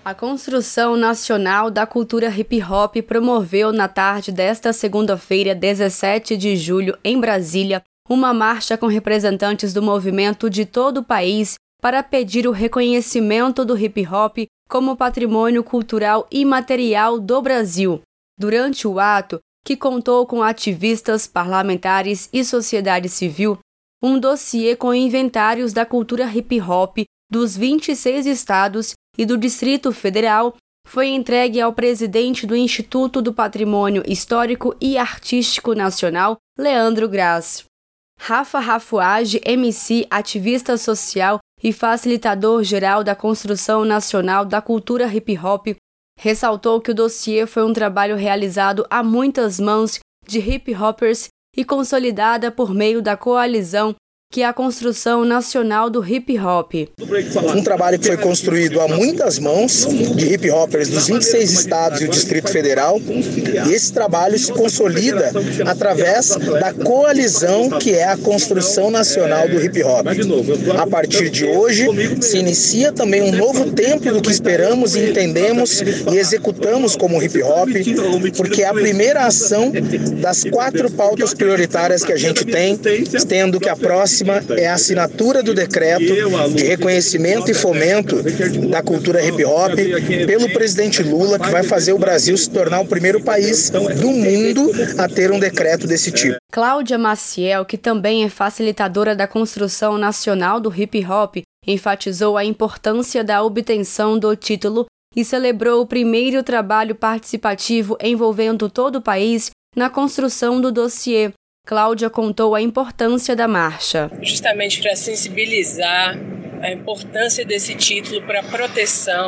A Construção Nacional da Cultura Hip Hop promoveu na tarde desta segunda-feira, 17 de julho, em Brasília, uma marcha com representantes do movimento de todo o país para pedir o reconhecimento do hip hop como patrimônio cultural imaterial do Brasil. Durante o ato, que contou com ativistas, parlamentares e sociedade civil, um dossiê com inventários da cultura hip hop dos 26 estados e do Distrito Federal foi entregue ao presidente do Instituto do Patrimônio Histórico e Artístico Nacional, Leandro Graz. Rafa Rafuage, MC, ativista social e facilitador geral da Construção Nacional da Cultura Hip Hop, ressaltou que o dossiê foi um trabalho realizado a muitas mãos de hip hoppers e consolidada por meio da coalizão que é a Construção Nacional do Hip Hop. Um trabalho que foi construído a muitas mãos de hip hoppers dos 26 estados e o Distrito Federal, e esse trabalho se consolida através da coalizão que é a Construção Nacional do Hip Hop. A partir de hoje, se inicia também um novo tempo do que esperamos e entendemos e executamos como hip hop, porque é a primeira ação das 4 pautas prioritárias que a gente tem, tendo que a próxima é a assinatura do decreto de reconhecimento e fomento da cultura hip hop pelo presidente Lula, que vai fazer o Brasil se tornar o primeiro país do mundo a ter um decreto desse tipo. Cláudia Maciel, que também é facilitadora da Construção Nacional do Hip Hop, enfatizou a importância da obtenção do título e celebrou o primeiro trabalho participativo envolvendo todo o país na construção do dossiê. Cláudia contou a importância da marcha. Justamente para sensibilizar a importância desse título para proteção,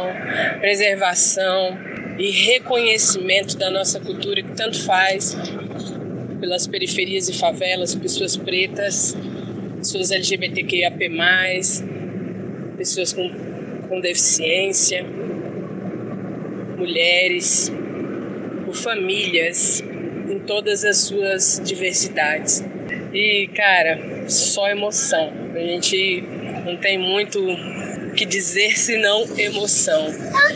preservação e reconhecimento da nossa cultura, que tanto faz pelas periferias e favelas, pessoas pretas, pessoas LGBTQIAP+, pessoas com deficiência, mulheres, por famílias, em todas as suas diversidades. E, cara, só emoção. A gente não tem muito o que dizer senão emoção.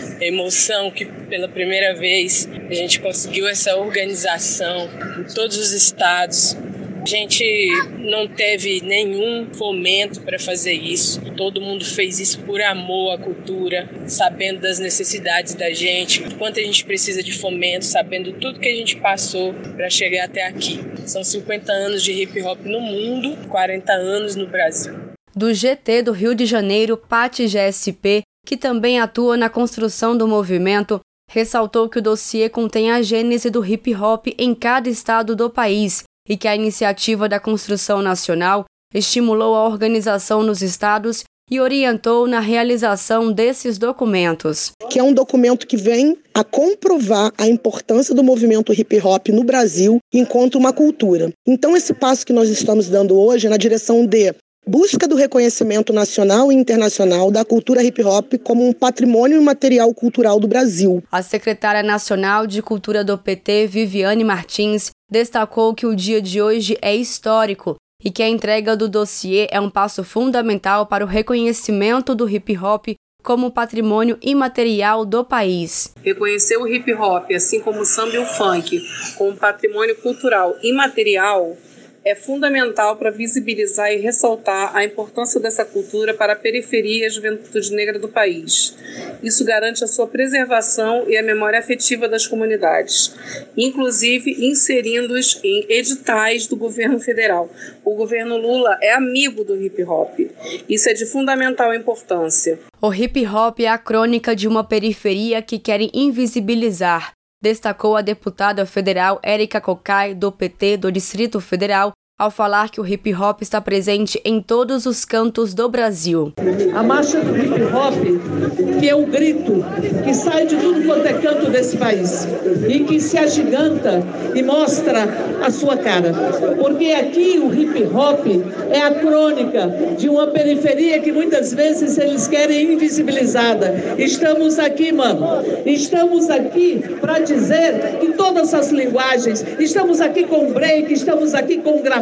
Emoção que pela primeira vez a gente conseguiu essa organização em todos os estados. A gente não teve nenhum fomento para fazer isso. Todo mundo fez isso por amor à cultura, sabendo das necessidades da gente, quanto a gente precisa de fomento, sabendo tudo que a gente passou para chegar até aqui. São 50 anos de hip hop no mundo, 40 anos no Brasil. Do GT do Rio de Janeiro, Pati GSP, que também atua na construção do movimento, ressaltou que o dossiê contém a gênese do hip hop em cada estado do país, e que a iniciativa da Construção Nacional estimulou a organização nos estados e orientou na realização desses documentos. Que é um documento que vem a comprovar a importância do movimento hip hop no Brasil enquanto uma cultura. Então esse passo que nós estamos dando hoje é na direção de busca do reconhecimento nacional e internacional da cultura hip hop como um patrimônio imaterial cultural do Brasil. A secretária nacional de Cultura do PT, Viviane Martins, destacou que o dia de hoje é histórico e que a entrega do dossiê é um passo fundamental para o reconhecimento do hip hop como patrimônio imaterial do país. Reconhecer o hip hop, assim como o samba e o funk, como patrimônio cultural imaterial é fundamental para visibilizar e ressaltar a importância dessa cultura para a periferia e a juventude negra do país. Isso garante a sua preservação e a memória afetiva das comunidades, inclusive inserindo-os em editais do governo federal. O governo Lula é amigo do hip hop. Isso é de fundamental importância. O hip hop é a crônica de uma periferia que querem invisibilizar, destacou a deputada federal Érica Cocai, do PT do Distrito Federal, ao falar que o hip hop está presente em todos os cantos do Brasil. A marcha do hip hop, que é o grito que sai de tudo quanto é canto desse país e que se agiganta e mostra a sua cara. Porque aqui o hip hop é a crônica de uma periferia que muitas vezes eles querem invisibilizada. Estamos aqui, mano. Estamos aqui para dizer que todas as linguagens, estamos aqui com break, estamos aqui com grafite,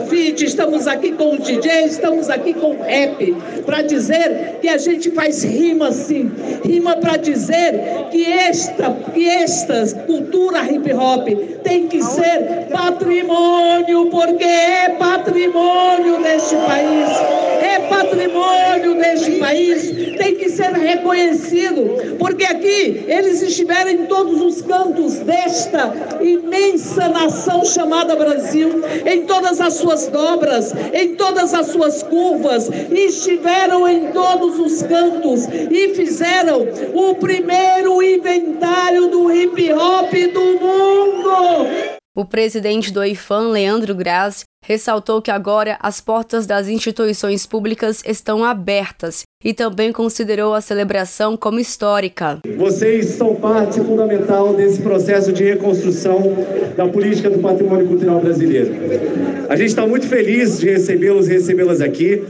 grafite, estamos aqui com o DJ, estamos aqui com o rap, para dizer que a gente faz rima sim, rima para dizer que esta cultura hip hop tem que ser patrimônio, porque é patrimônio deste país, é patrimônio deste país, tem que ser reconhecido, porque aqui eles estiveram em todos os cantos desta imensa nação chamada Brasil, em todas as suas dobras, em todas as suas curvas, estiveram em todos os cantos e fizeram o primeiro inventário do hip hop do mundo. O presidente do IPHAN, Leandro Graz, ressaltou que agora as portas das instituições públicas estão abertas e também considerou a celebração como histórica. Vocês são parte fundamental desse processo de reconstrução da política do patrimônio cultural brasileiro. A gente está muito feliz de recebê-los e recebê-las aqui,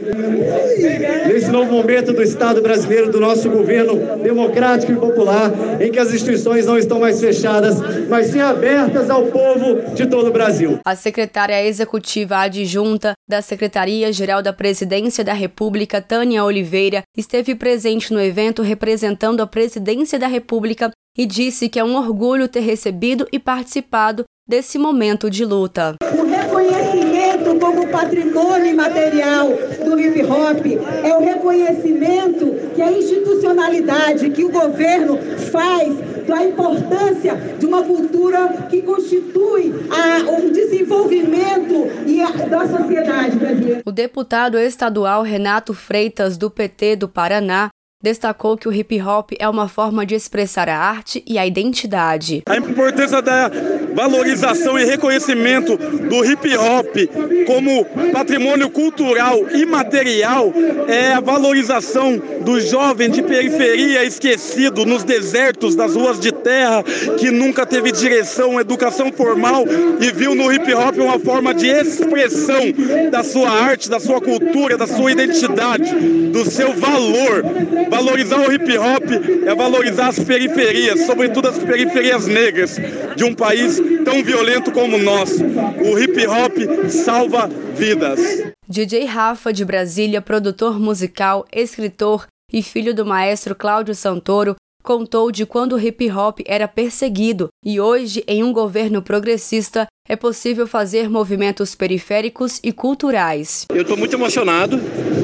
nesse novo momento do Estado brasileiro, do nosso governo democrático e popular, em que as instituições não estão mais fechadas, mas sim abertas ao povo de todo o Brasil. A secretária executiva adjunta da Secretaria-Geral da Presidência da República, Tânia Oliveira, esteve presente no evento representando a Presidência da República e disse que é um orgulho ter recebido e participado desse momento de luta. O reconhecimento como patrimônio imaterial do hip hop é o reconhecimento que a institucionalidade, que o governo faz da importância de uma cultura que constitui um desenvolvimento da sociedade brasileira. O deputado estadual Renato Freitas, do PT do Paraná, destacou que o hip-hop é uma forma de expressar a arte e a identidade. A importância da valorização e reconhecimento do hip-hop como patrimônio cultural imaterial é a valorização do jovem de periferia esquecido nos desertos das ruas de terra, que nunca teve direção, educação formal e viu no hip-hop uma forma de expressão da sua arte, da sua cultura, da sua identidade, do seu valor. Valorizar o hip-hop é valorizar as periferias, sobretudo as periferias negras de um país tão violento como o nosso. O hip-hop salva vidas. DJ Rafa, de Brasília, produtor musical, escritor e filho do maestro Cláudio Santoro, contou de quando o hip-hop era perseguido e hoje, em um governo progressista, é possível fazer movimentos periféricos e culturais. Eu estou muito emocionado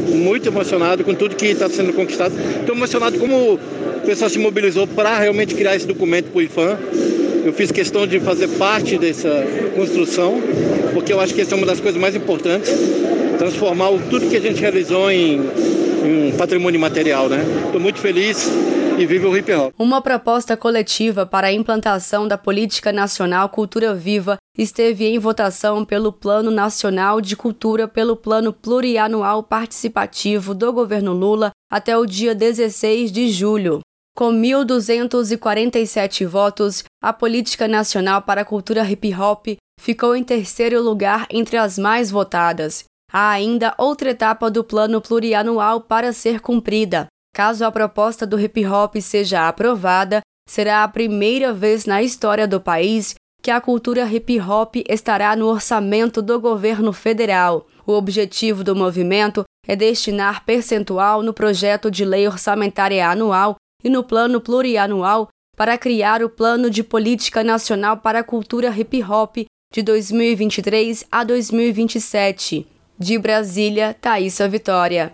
com tudo que está sendo conquistado. Estou emocionado como o pessoal se mobilizou para realmente criar esse documento para o IPHAN. Eu fiz questão de fazer parte dessa construção, porque eu acho que essa é uma das coisas mais importantes, transformar tudo que a gente realizou em patrimônio material, né? Estou muito feliz e vive o hip hop. Uma proposta coletiva para a implantação da Política Nacional Cultura Viva esteve em votação pelo Plano Nacional de Cultura pelo Plano Plurianual Participativo do governo Lula até o dia 16 de julho. Com 1.247 votos, a Política Nacional para a Cultura Hip Hop ficou em terceiro lugar entre as mais votadas. Há ainda outra etapa do Plano Plurianual para ser cumprida. Caso a proposta do hip hop seja aprovada, será a primeira vez na história do país que a cultura hip hop estará no orçamento do governo federal. O objetivo do movimento é destinar percentual no projeto de lei orçamentária anual e no plano plurianual para criar o Plano de Política Nacional para a Cultura Hip Hop de 2023 a 2027. De Brasília, Thaísa Vitória.